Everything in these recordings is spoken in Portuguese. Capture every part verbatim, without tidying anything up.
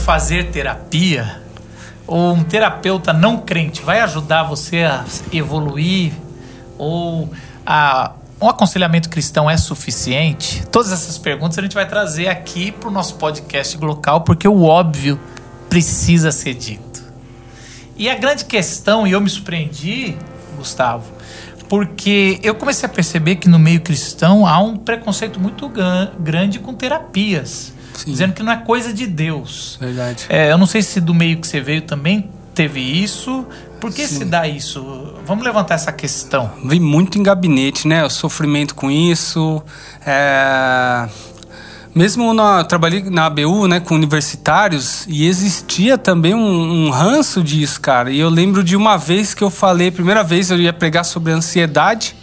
fazer terapia, ou um terapeuta não crente, vai ajudar você a evoluir? Ou a, um aconselhamento cristão é suficiente? Todas essas perguntas a gente vai trazer aqui para o nosso podcast local, porque o óbvio precisa ser dito. E a grande questão, e eu me surpreendi, Gustavo, porque eu comecei a perceber que no meio cristão há um preconceito muito grande com terapias. Sim. Dizendo que não é coisa de Deus. Verdade. É, eu não sei se do meio que você veio também teve isso. Por que Sim. se dá isso? Vamos levantar essa questão. Vem muito em gabinete, né? O sofrimento com isso. É... Mesmo na, eu trabalhei na A B U, né, com universitários, e existia também um, um ranço disso, cara. E eu lembro de uma vez que eu falei, primeira vez eu ia pregar sobre ansiedade,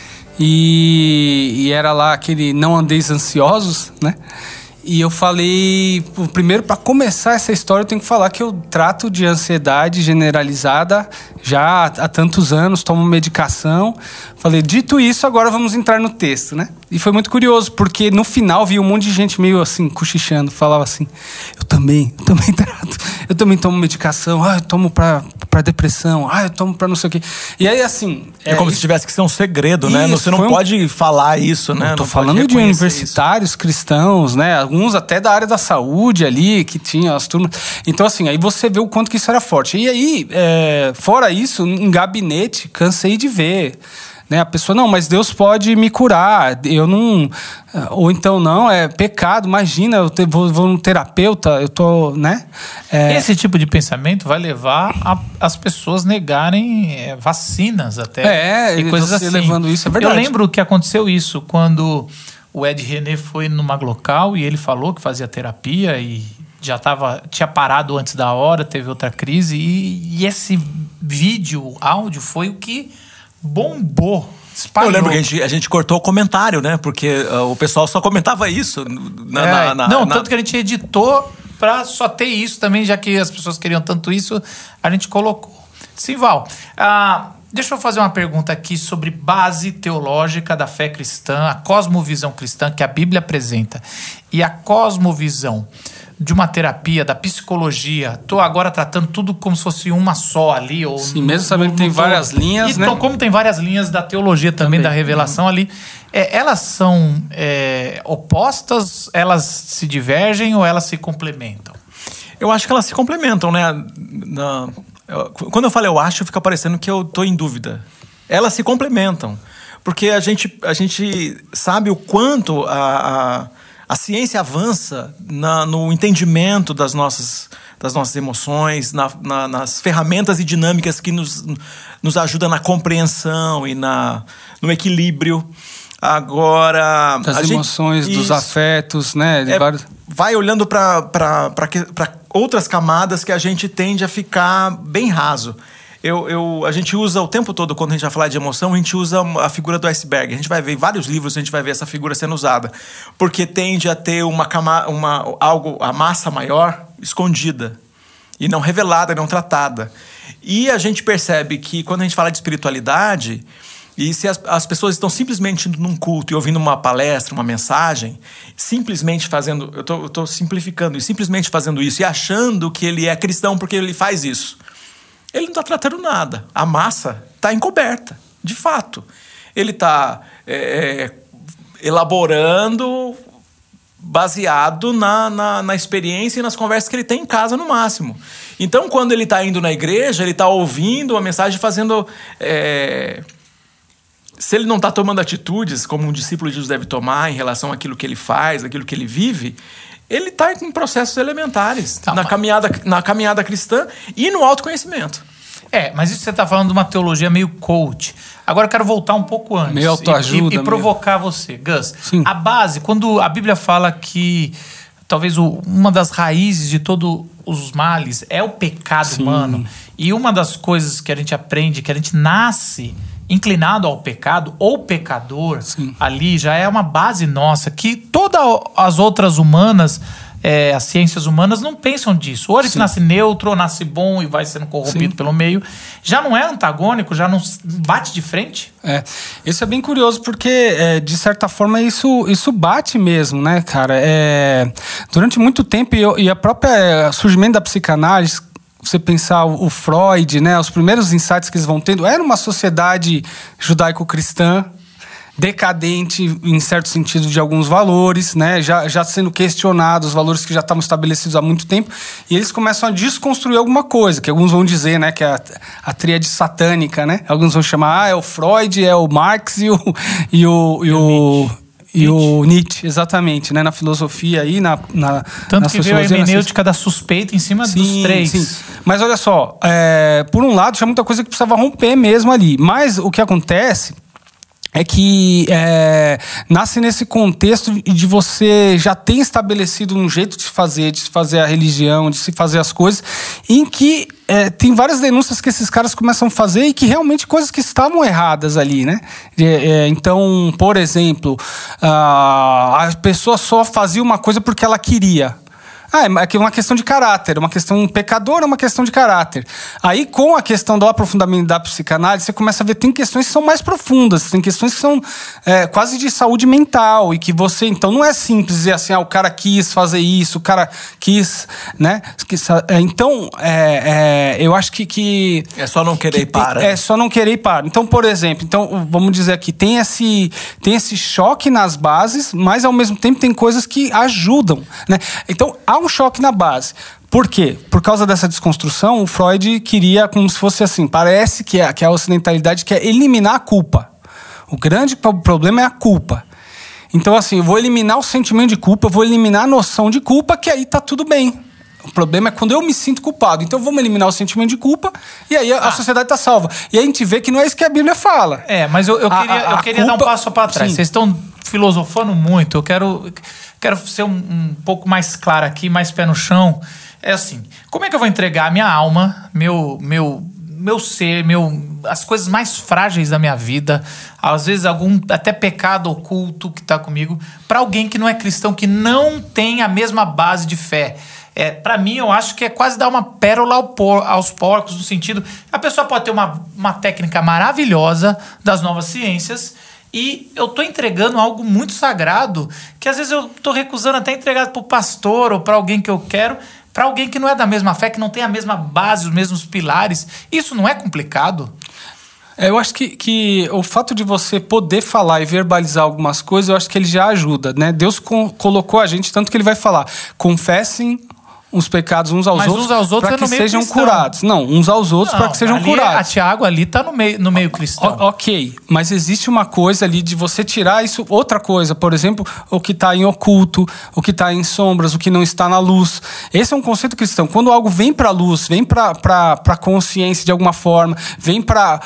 e, e era lá aquele não andeis ansiosos, né? E eu falei, primeiro, para começar essa história, eu tenho que falar que eu trato de ansiedade generalizada já há tantos anos, tomo medicação. Falei, dito isso, agora vamos entrar no texto, né? E foi muito curioso, porque no final vi um monte de gente meio assim, cochichando, falava assim, eu também, eu também trato, eu também tomo medicação, ah, eu tomo pra, pra depressão, ah, eu tomo pra não sei o quê. E aí, assim... É, é como isso, se tivesse que ser um segredo, né? Isso, você não um... pode falar isso, né? Eu tô não falando de universitários isso. cristãos, né? Alguns até da área da saúde ali, que tinham as turmas. Então, assim, aí você vê o quanto que isso era forte. E aí, é, fora isso, em gabinete, cansei de ver... Né? A pessoa, não, mas Deus pode me curar, eu não... Ou então, não, é pecado, imagina, eu te, vou, vou num terapeuta, eu tô, né? É... Esse tipo de pensamento vai levar a, as pessoas negarem é, vacinas até. É, e coisas assim. Levando isso, é verdade. Eu lembro que aconteceu isso quando o Ed René foi numa Glocal e ele falou que fazia terapia e já tava, tinha parado antes da hora, teve outra crise e, e esse vídeo, áudio, foi o que bombou. Espalhou. Eu lembro que a gente, a gente cortou o comentário, né? Porque uh, o pessoal só comentava isso. Na, é, na, na, não, na... tanto que a gente editou pra só ter isso também, já que as pessoas queriam tanto isso, a gente colocou. Simval, uh, deixa eu fazer uma pergunta aqui sobre base teológica da fé cristã, a cosmovisão cristã que a Bíblia apresenta e a cosmovisão de uma terapia, da psicologia. Estou agora tratando tudo como se fosse uma só ali. Ou Sim, mesmo sabendo que tem várias linhas, e, né? Então, como tem várias linhas da teologia também, também. da revelação uhum. ali. É, elas são é, opostas, elas se divergem ou elas se complementam? Eu acho que elas se complementam, né? Na, eu, quando eu falo eu acho, fica parecendo que eu estou em dúvida. Elas se complementam. Porque a gente, a gente sabe o quanto a... a A ciência avança na, no entendimento das nossas, das nossas emoções, na, na, nas ferramentas e dinâmicas que nos, nos ajudam na compreensão e na, no equilíbrio. Agora... Das emoções, gente, dos isso, afetos, né? De é, vários... Vai olhando para outras camadas que a gente tende a ficar bem raso. Eu, eu, a gente usa o tempo todo, quando a gente vai falar de emoção, a gente usa a figura do iceberg. A gente vai ver em vários livros, a gente vai ver essa figura sendo usada. Porque tende a ter uma, uma, algo, a massa maior escondida. E não revelada, não tratada. E a gente percebe que quando a gente fala de espiritualidade, e se as, as pessoas estão simplesmente indo num culto e ouvindo uma palestra, uma mensagem, simplesmente fazendo... Eu tô, eu tô simplificando, e simplesmente fazendo isso e achando que ele é cristão porque ele faz isso. Ele não está tratando nada. A massa está encoberta, de fato. Ele está é, elaborando baseado na, na, na experiência e nas conversas que ele tem em casa, no máximo. Então, quando ele está indo na igreja, ele está ouvindo a mensagem, fazendo... É, se ele não está tomando atitudes como um discípulo de Jesus deve tomar em relação àquilo que ele faz, àquilo que ele vive... Ele está em processos elementares tá, na, caminhada, na caminhada cristã e no autoconhecimento. É, mas isso você está falando de uma teologia meio coach. Agora eu quero voltar um pouco antes. Meio autoajuda. E, e, e provocar meio... você. Gus, Sim. A base, quando a Bíblia fala que talvez o, uma das raízes de todos os males é o pecado Sim. humano, e uma das coisas que a gente aprende, que a gente nasce... inclinado ao pecado ou pecador, Sim. ali já é uma base nossa, que todas as outras humanas é, as ciências humanas não pensam disso. Ou ele Sim. nasce neutro, ou nasce bom e vai sendo corrompido Sim. pelo meio. Já não é antagônico, já não bate de frente? É, isso é bem curioso porque, é, de certa forma, isso, isso bate mesmo, né, cara? É, durante muito tempo, e, eu, e a própria é, surgimento da psicanálise, você pensar o, o Freud, né, os primeiros insights que eles vão tendo, era uma sociedade judaico-cristã, decadente em certo sentido de alguns valores, né? já, já sendo questionados os valores que já estavam estabelecidos há muito tempo, e eles começam a desconstruir alguma coisa, que alguns vão dizer, né, que é a, a tríade satânica, né? Alguns vão chamar, ah, é o Freud, é o Marx e o e o, e o, e o Nietzsche, exatamente, né? Na filosofia aí, na, na Tanto na que veio a hermenêutica da suspeita em cima sim, dos três. Sim. Mas olha só, é, por um lado tinha muita coisa que precisava romper mesmo ali, mas o que acontece é que é, nasce nesse contexto de você já ter estabelecido um jeito de se fazer, de se fazer a religião, de se fazer as coisas, em que é, tem várias denúncias que esses caras começam a fazer e que realmente coisas que estavam erradas ali, né? É, é, então, por exemplo, a, a pessoa só fazia uma coisa porque ela queria. Ah, é uma questão de caráter, uma questão pecadora, é uma questão de caráter. Aí, com a questão do aprofundamento da psicanálise, você começa a ver que tem questões que são mais profundas, tem questões que são é, quase de saúde mental, e que você, então, não é simples dizer assim, ah, o cara quis fazer isso, o cara quis, né? Então, é, é, eu acho que, que... É só não querer que ir para. Tem, é só não querer ir para. Então, por exemplo, então, vamos dizer aqui, tem esse, tem esse choque nas bases, mas, ao mesmo tempo, tem coisas que ajudam, né? Então, há um choque na base. Por quê? Por causa dessa desconstrução, o Freud queria como se fosse assim, parece que a, que a ocidentalidade quer eliminar a culpa. O grande problema é a culpa. Então, assim, eu vou eliminar o sentimento de culpa, eu vou eliminar a noção de culpa, que aí tá tudo bem. O problema é quando eu me sinto culpado. Então, vamos eliminar o sentimento de culpa e aí a, ah. a sociedade tá salva. E aí a gente vê que não é isso que a Bíblia fala. É, mas eu, eu a, queria, a, eu queria culpa... dar um passo para trás. Sim. Vocês estão filosofando muito. Eu quero, quero ser um, um pouco mais claro aqui, mais pé no chão. É assim, como é que eu vou entregar a minha alma, meu, meu, meu ser, meu, as coisas mais frágeis da minha vida, às vezes algum até pecado oculto que está comigo, para alguém que não é cristão, que não tem a mesma base de fé? É, para mim, eu acho que é quase dar uma pérola ao por, aos porcos, no sentido... A pessoa pode ter uma, uma técnica maravilhosa das novas ciências e eu tô entregando algo muito sagrado que às vezes eu tô recusando até entregar pro pastor ou para alguém que eu quero, para alguém que não é da mesma fé, que não tem a mesma base, os mesmos pilares. Isso não é complicado? É, eu acho que, que o fato de você poder falar e verbalizar algumas coisas, eu acho que ele já ajuda, né? Deus co- colocou a gente, tanto que ele vai falar, confessem os pecados uns aos Mas outros, uns aos outros para é que no meio sejam cristão. curados. Não, uns aos outros para que sejam ali, curados. A Tiago ali tá no meio, no meio cristão. O, ok, mas existe uma coisa ali de você tirar isso, outra coisa, por exemplo, o que está em oculto, o que está em sombras, o que não está na luz. Esse é um conceito cristão. Quando algo vem para a luz, vem para a consciência de alguma forma, vem para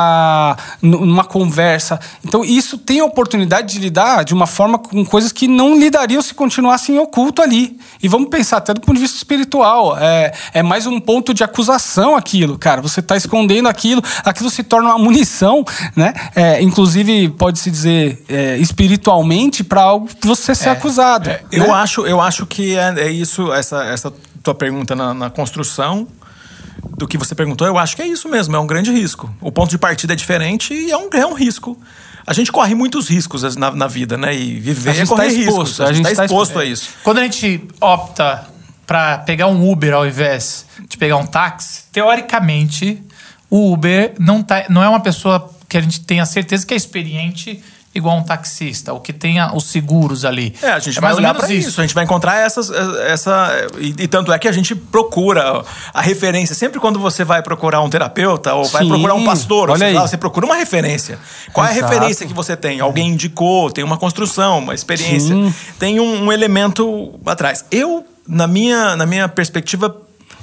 uma conversa. Então, isso tem a oportunidade de lidar de uma forma com coisas que não lidariam se continuassem oculto ali. E vamos pensar até do ponto de vista espiritual. É, é mais um ponto de acusação aquilo, cara. Você está escondendo aquilo, aquilo se torna uma munição, né? É, inclusive, pode-se dizer é, espiritualmente, para algo você ser é, acusado. É, né? eu, acho, eu acho que é, é isso, essa, essa tua pergunta na, na construção do que você perguntou, eu acho que é isso mesmo, é um grande risco. O ponto de partida é diferente e é um, é um risco. A gente corre muitos riscos na, na vida, né? E viver é correr riscos. A gente está exposto a isso. Quando a gente opta para pegar um Uber ao invés de pegar um táxi, teoricamente, o Uber não, tá, não é uma pessoa que a gente tenha certeza que é experiente igual um taxista, ou que tenha os seguros ali. É, a gente é vai olhar para isso. isso, a gente vai encontrar essas, essa... E, e tanto é que a gente procura a referência. Sempre quando você vai procurar um terapeuta, ou vai Sim, procurar um pastor, ou sei lá, você procura uma referência. Qual Exato. É a referência que você tem? Alguém indicou, tem uma construção, uma experiência. Sim. Tem um, um elemento atrás. Eu... Na minha, na minha perspectiva,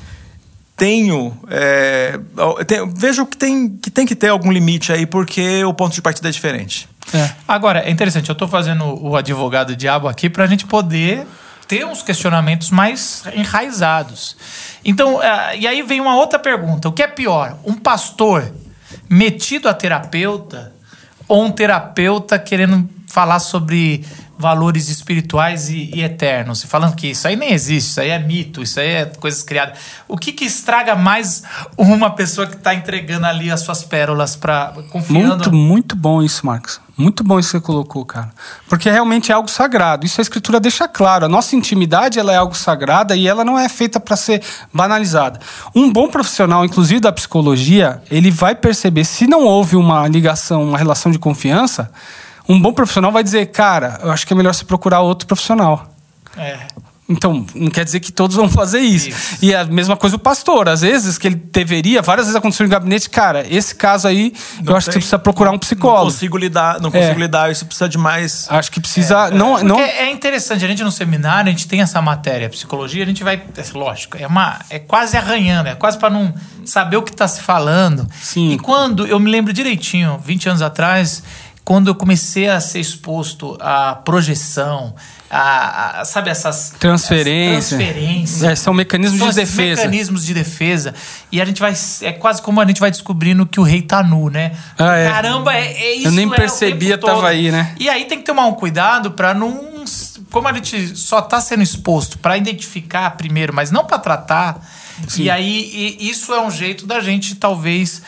tenho, é, tenho... Vejo que tem, que tem que ter algum limite aí, porque o ponto de partida é diferente. É. Agora, é interessante, eu estou fazendo o advogado diabo aqui para a gente poder ter uns questionamentos mais enraizados. Então, uh, e aí vem uma outra pergunta. O que é pior? Um pastor metido a terapeuta ou um terapeuta querendo falar sobre valores espirituais e, e eternos, falando que isso aí nem existe, isso aí é mito, isso aí é coisas criadas. O que que estraga mais uma pessoa que está entregando ali as suas pérolas para confiando? Muito, muito bom isso, Marcos. Muito bom isso que você colocou, cara. Porque realmente é algo sagrado. Isso a Escritura deixa claro. A nossa intimidade, ela é algo sagrada e ela não é feita para ser banalizada. Um bom profissional, inclusive da psicologia, ele vai perceber, se não houve uma ligação, uma relação de confiança, um bom profissional vai dizer, cara, eu acho que é melhor você procurar outro profissional. É. Então, não quer dizer que todos vão fazer isso. isso. E a mesma coisa o pastor. Às vezes, que ele deveria, várias vezes aconteceu em gabinete, cara, esse caso aí, não eu acho tem, que você precisa procurar um psicólogo. Não consigo lidar, não consigo é. lidar, isso precisa de mais... Acho que precisa... É, não, é. não... é interessante, a gente no seminário, a gente tem essa matéria, psicologia, a gente vai... É, lógico, é, uma, é quase arranhando, é quase para não saber o que está se falando. Sim. E quando, eu me lembro direitinho, vinte anos atrás, quando eu comecei a ser exposto à projeção... A, a, sabe, essas transferências, transferências é, são mecanismos são de defesa. mecanismos de defesa. E a gente vai. É quase como a gente vai descobrindo que o rei tá nu, né? Ah, é. Caramba, é, é isso. Eu nem é percebia, tava aí, né? E aí tem que tomar um cuidado pra não. Como a gente só tá sendo exposto pra identificar primeiro, mas não pra tratar. Sim. E aí e isso é um jeito da gente, talvez,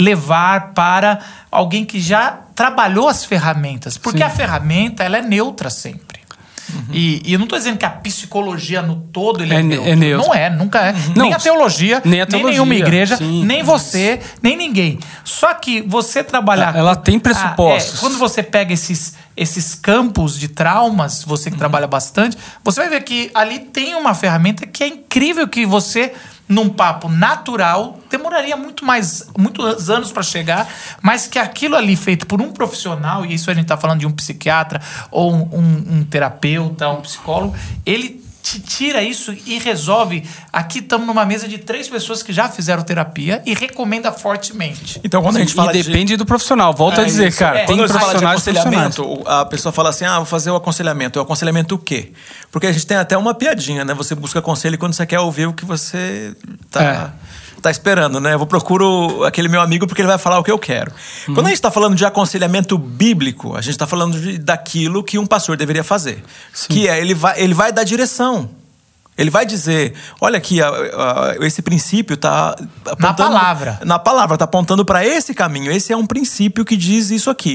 levar para alguém que já trabalhou as ferramentas. Porque Sim. a ferramenta, ela é neutra sempre. Uhum. E, e eu não estou dizendo que a psicologia no todo ele é, é, neutro. é neutro. Não é, nunca é. Uhum. Nem, não, a teologia, nem a teologia, nem nenhuma igreja, sim, nem você, nem ninguém. Só que você trabalhar... Ela tem pressupostos. A, é, quando você pega esses, esses campos de traumas, você que uhum. trabalha bastante, você vai ver que ali tem uma ferramenta que é incrível que você... num papo natural, demoraria muito mais, muitos anos para chegar, mas que aquilo ali feito por um profissional, e isso a gente está falando de um psiquiatra, ou um, um, um terapeuta, um psicólogo, ele te tira isso e resolve. Aqui estamos numa mesa de três pessoas que já fizeram terapia e recomenda fortemente. Então, quando a gente fala e de... depende do profissional. Volto é a dizer, isso. cara. É. Tem quando profissionais fala de aconselhamento, a pessoa fala assim, ah, vou fazer o aconselhamento. O aconselhamento o quê? Porque a gente tem até uma piadinha, né? Você busca conselho quando você quer ouvir o que você tá... É. Tá esperando, né? Eu vou procuro aquele meu amigo porque ele vai falar o que eu quero. Uhum. Quando a gente está falando de aconselhamento bíblico, a gente está falando de, daquilo que um pastor deveria fazer. Sim. Que é, ele vai, ele vai dar direção. Ele vai dizer, olha aqui, a, a, esse princípio está apontando... Na palavra. Na palavra, está apontando para esse caminho. Esse é um princípio que diz isso aqui.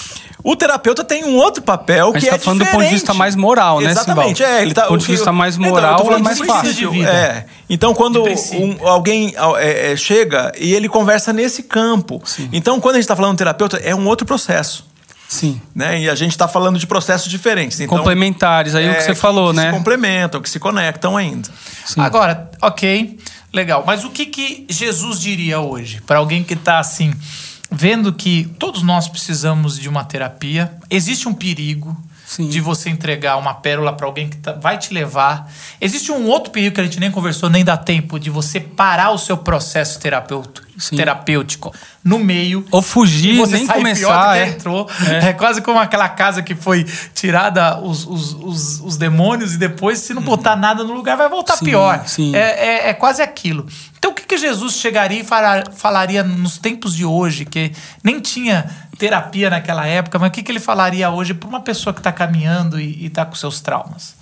O terapeuta tem um outro papel que é diferente. A gente está falando do ponto de vista mais moral, né, Exatamente, é. Ele tá, do ponto de vista mais moral então, é mais fácil. De vida. É. Então, quando um, alguém é, é, chega e ele conversa nesse campo. Sim. Então, quando a gente está falando de terapeuta, é um outro processo. Sim. Né? E a gente está falando de processos diferentes. Então, complementares, aí é, o que você falou, que né? Que se complementam, que se conectam ainda. Sim. Agora, ok, legal. Mas o que, que Jesus diria hoje para alguém que está assim... vendo que todos nós precisamos de uma terapia, existe um perigo Sim. de você entregar uma pérola para alguém que tá, vai te levar. Existe um outro perigo que a gente nem conversou, nem dá tempo, de você parar o seu processo terapêutico, terapêutico no meio. Ou fugir, você nem começar. É. Entrou. É. é quase como aquela casa que foi tirada os, os, os, os demônios e depois, se não botar nada no lugar, vai voltar sim, pior. Sim. É, é, é quase aquilo. Então, o que, que Jesus chegaria e falar, falaria nos tempos de hoje, que nem tinha terapia naquela época, mas o que, que ele falaria hoje para uma pessoa que está caminhando e está com seus traumas?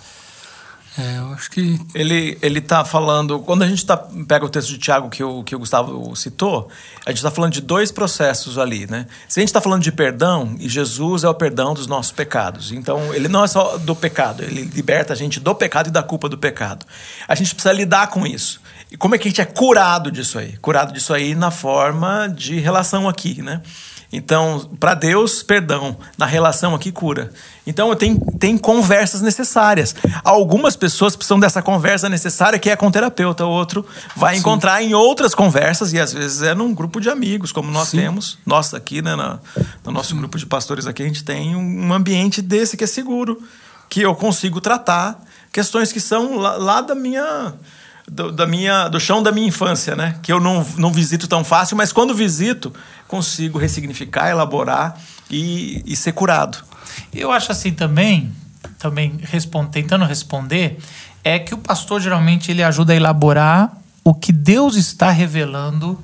É, eu acho que... Ele, ele tá falando... Quando a gente tá, pega o texto de Tiago que o, que o Gustavo citou, a gente está falando de dois processos ali, né? Se a gente está falando de perdão, e Jesus é o perdão dos nossos pecados. Então, ele não é só do pecado, ele liberta a gente do pecado e da culpa do pecado. A gente precisa lidar com isso. E como é que a gente é curado disso aí? Curado disso aí na forma de relação aqui, né? Então, para Deus, perdão. Na relação aqui, cura. Então, tem, tem conversas necessárias. Algumas pessoas precisam dessa conversa necessária, que é com o terapeuta. O outro vai Sim. encontrar em outras conversas, e às vezes é num grupo de amigos, como nós Sim. temos. Nós aqui, né, na, no nosso Sim. grupo de pastores aqui, a gente tem um, um ambiente desse que é seguro, que eu consigo tratar questões que são lá, lá da minha... Do, da minha, do chão da minha infância, né? Que eu não, não visito tão fácil, mas quando visito, consigo ressignificar, elaborar e, e ser curado. Eu acho assim também, também respond, tentando responder, é que o pastor geralmente ele ajuda a elaborar o que Deus está revelando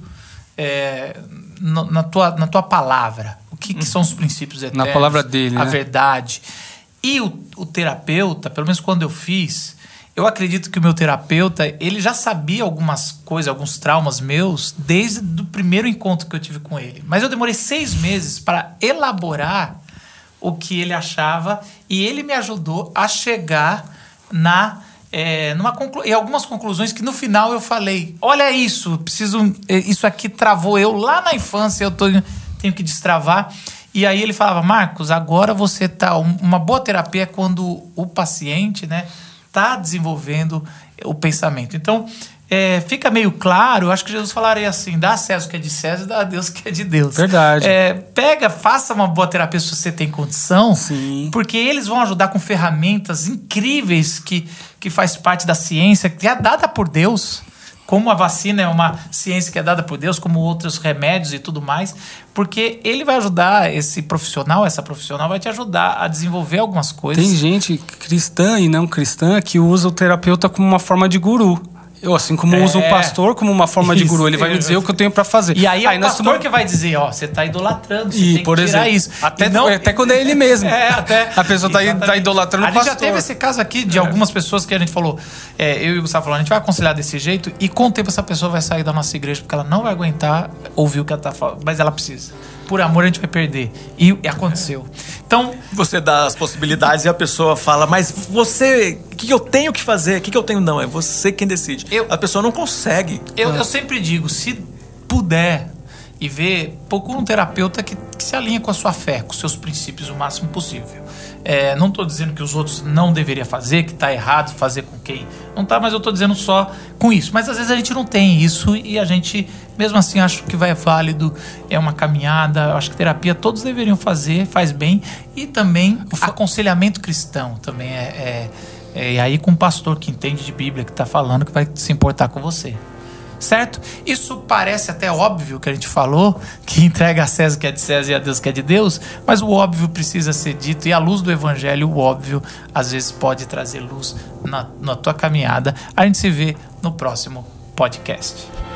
é, no, na, tua, na tua palavra. O que, que são os princípios eternos, na palavra dele, a né? verdade. E o, o terapeuta, pelo menos quando eu fiz, eu acredito que o meu terapeuta, ele já sabia algumas coisas, alguns traumas meus, desde o primeiro encontro que eu tive com ele. Mas eu demorei seis meses para elaborar o que ele achava e ele me ajudou a chegar na, é, numa conclu- em algumas conclusões que no final eu falei, olha isso, preciso, isso aqui travou eu lá na infância, eu tô, tenho que destravar. E aí ele falava, Marcos, agora você tá... Uma boa terapia é quando o paciente, né, tá desenvolvendo o pensamento. Então, é, fica meio claro, eu acho que Jesus falaria assim, dá a César o que é de César e dá a Deus o que é de Deus. Verdade. É, pega, faça uma boa terapia se você tem condição, Sim. porque eles vão ajudar com ferramentas incríveis que, que faz parte da ciência, que é dada por Deus. Como a vacina é uma ciência que é dada por Deus, como outros remédios e tudo mais, porque ele vai ajudar, esse profissional, essa profissional vai te ajudar a desenvolver algumas coisas. Tem gente cristã e não cristã que usa o terapeuta como uma forma de guru. Eu, assim como É. uso o pastor como uma forma de Isso. guru, ele vai me dizer o que eu tenho pra fazer. E aí é o nós pastor tomamos- que vai dizer, ó, você tá idolatrando, você E, tem por que tirar exemplo, isso. Até, E não- até quando é ele mesmo. É, até. A pessoa tá, Exatamente. tá idolatrando a o gente pastor. já teve esse caso aqui de algumas pessoas que a gente falou, é, eu e o Gustavo falando, a gente vai aconselhar desse jeito e com o tempo essa pessoa vai sair da nossa igreja porque ela não vai aguentar ouvir o que ela tá falando, mas ela precisa. Por amor a gente vai perder. E, e aconteceu. Então, Você dá as possibilidades e a pessoa fala, mas você, o que, que eu tenho que fazer? O que, que eu tenho? Não, é você quem decide. Eu- A pessoa não consegue. eu, eu sempre digo, se puder e ver, procura um terapeuta que, que se alinha com a sua fé, com os seus princípios o máximo possível. É, não estou dizendo que os outros não deveriam fazer, que está errado fazer com quem não está, mas eu estou dizendo só com isso. Mas às vezes a gente não tem isso e a gente, mesmo assim, acho que vai válido, é uma caminhada. Eu acho que terapia todos deveriam fazer, faz bem. E também aconselhamento cristão também é, é, é aí com um pastor que entende de Bíblia, que está falando, que vai se importar com você. Certo? Isso parece até óbvio que a gente falou, que entrega a César o que é de César e a Deus o que é de Deus, mas o óbvio precisa ser dito e a luz do evangelho, o óbvio, às vezes pode trazer luz na, na tua caminhada. A gente se vê no próximo podcast.